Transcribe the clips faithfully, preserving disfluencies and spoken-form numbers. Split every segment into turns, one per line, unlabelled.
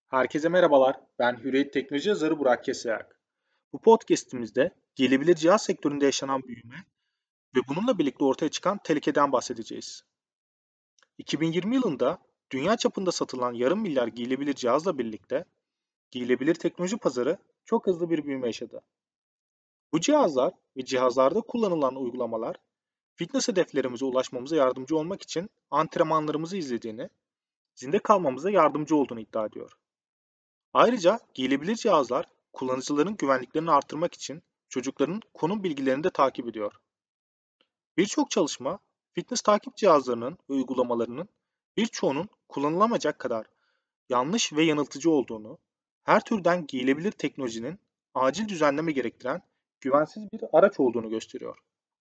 Herkese merhabalar. Ben Hürriyet Teknoloji yazarı Burak Keseyak. Bu podcast'imizde gelebilir cihaz sektöründe yaşanan büyüme ve bununla birlikte ortaya çıkan tehlikeden bahsedeceğiz. iki bin yirmi yılında dünya çapında satılan yarım milyar giyilebilir cihazla birlikte giyilebilir teknoloji pazarı çok hızlı bir büyüme yaşadı. Bu cihazlar ve cihazlarda kullanılan uygulamalar fitness hedeflerimize ulaşmamıza yardımcı olmak için antrenmanlarımızı izlediğini, zinde kalmamıza yardımcı olduğunu iddia ediyor. Ayrıca giyilebilir cihazlar kullanıcıların güvenliklerini artırmak için çocukların konum bilgilerini de takip ediyor. Birçok çalışma fitness takip cihazlarının ve uygulamalarının birçoğunun kullanılamayacak kadar yanlış ve yanıltıcı olduğunu, her türden giyilebilir teknolojinin acil düzenleme gerektiren güvensiz bir araç olduğunu gösteriyor.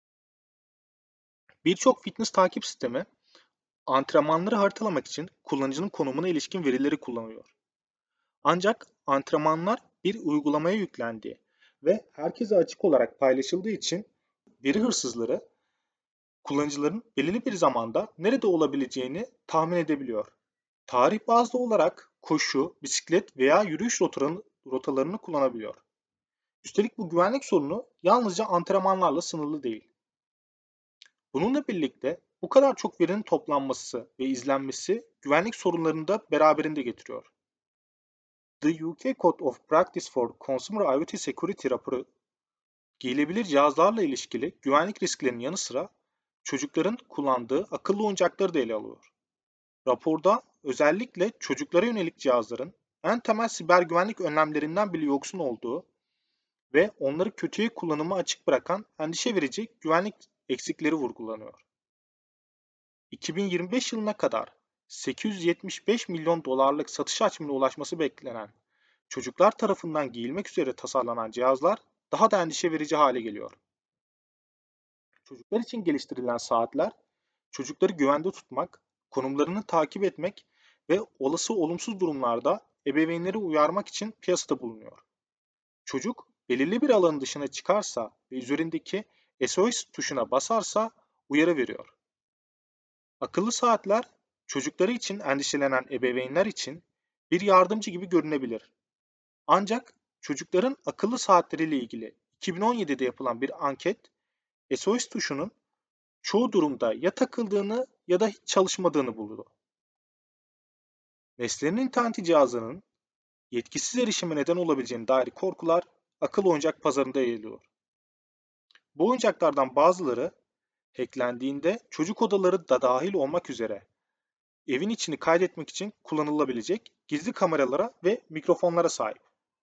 Birçok fitness takip sistemi antrenmanları haritalamak için kullanıcının konumuna ilişkin verileri kullanıyor. Ancak antrenmanlar bir uygulamaya yüklendiği ve herkese açık olarak paylaşıldığı için veri hırsızları kullanıcıların belirli bir zamanda nerede olabileceğini tahmin edebiliyor. Tarih bazlı olarak koşu, bisiklet veya yürüyüş rotalarını, rotalarını kullanabiliyor. Üstelik bu güvenlik sorunu yalnızca antrenmanlarla sınırlı değil. Bununla birlikte bu kadar çok verinin toplanması ve izlenmesi güvenlik sorunlarını da beraberinde getiriyor. The U K Code of Practice for Consumer IoT Security raporu, giyilebilir cihazlarla ilişkili güvenlik risklerinin yanı sıra çocukların kullandığı akıllı oyuncakları da ele alıyor. Raporda özellikle çocuklara yönelik cihazların en temel siber güvenlik önlemlerinden bile yoksun olduğu ve onları kötüye kullanıma açık bırakan endişe verici güvenlik eksikleri vurgulanıyor. iki bin yirmi beş yılına kadar sekiz yüz yetmiş beş milyon dolarlık satış hacmine ulaşması beklenen çocuklar tarafından giyilmek üzere tasarlanan cihazlar daha da endişe verici hale geliyor. Çocuklar için geliştirilen saatler, çocukları güvende tutmak, konumlarını takip etmek ve olası olumsuz durumlarda ebeveynleri uyarmak için piyasada bulunuyor. Çocuk belirli bir alanın dışına çıkarsa ve üzerindeki S O S tuşuna basarsa uyarı veriyor. Akıllı saatler çocukları için endişelenen ebeveynler için bir yardımcı gibi görünebilir. Ancak çocukların akıllı saatleriyle ilgili iki bin on yedide yapılan bir anket, S O S tuşunun çoğu durumda ya takıldığını ya da hiç çalışmadığını buldu. Nesnenin interneti cihazlarının yetkisiz erişime neden olabileceğine dair korkular akıllı oyuncak pazarında yayılıyor. Bu oyuncaklardan bazıları hacklendiğinde çocuk odaları da dahil olmak üzere evin içini kaydetmek için kullanılabilecek gizli kameralara ve mikrofonlara sahip.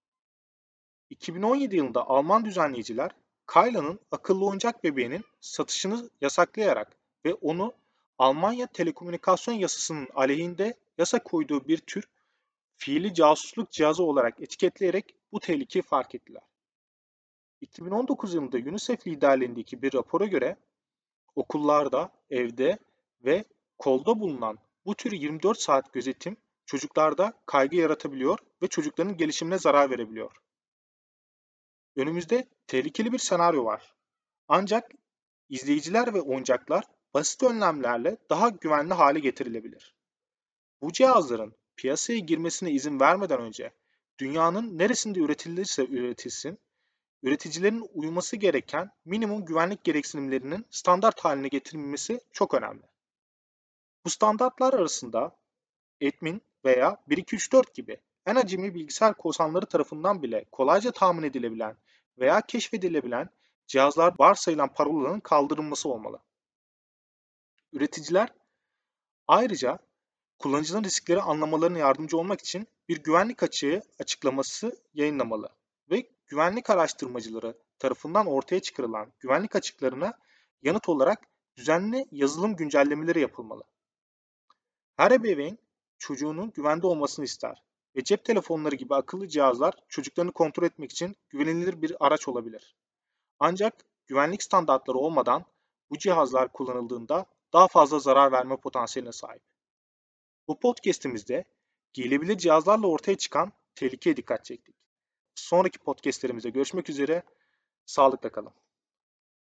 iki bin on yedi yılında Alman düzenleyiciler Kayla'nın akıllı oyuncak bebeğinin satışını yasaklayarak ve onu Almanya Telekomünikasyon Yasası'nın aleyhinde yasa koyduğu bir tür fiili casusluk cihazı olarak etiketleyerek bu tehlikeyi fark ettiler. iki bin on dokuz yılında UNICEF liderliğindeki bir rapora göre okullarda, evde ve kolda bulunan bu tür yirmi dört saat gözetim çocuklarda kaygı yaratabiliyor ve çocukların gelişimine zarar verebiliyor. Önümüzde tehlikeli bir senaryo var. Ancak izleyiciler ve oyuncaklar basit önlemlerle daha güvenli hale getirilebilir. Bu cihazların piyasaya girmesine izin vermeden önce dünyanın neresinde üretilirse üretilsin, üreticilerin uyması gereken minimum güvenlik gereksinimlerinin standart haline getirilmesi çok önemli. Bu standartlar arasında admin veya bir iki üç dört gibi en acemi bilgisayar korsanları tarafından bile kolayca tahmin edilebilen veya keşfedilebilen cihazlar varsayılan parolanın kaldırılması olmalı. Üreticiler ayrıca kullanıcıların riskleri anlamalarına yardımcı olmak için bir güvenlik açığı açıklaması yayınlamalı ve güvenlik araştırmacıları tarafından ortaya çıkarılan güvenlik açıklarına yanıt olarak düzenli yazılım güncellemeleri yapılmalı. Her ebeveyn çocuğunun güvende olmasını ister ve cep telefonları gibi akıllı cihazlar çocuklarını kontrol etmek için güvenilir bir araç olabilir. Ancak güvenlik standartları olmadan bu cihazlar kullanıldığında daha fazla zarar verme potansiyeline sahip. Bu podcast'imizde giyilebilir cihazlarla ortaya çıkan tehlikeye dikkat çektik. Sonraki podcast'lerimizde görüşmek üzere, sağlıkla kalın.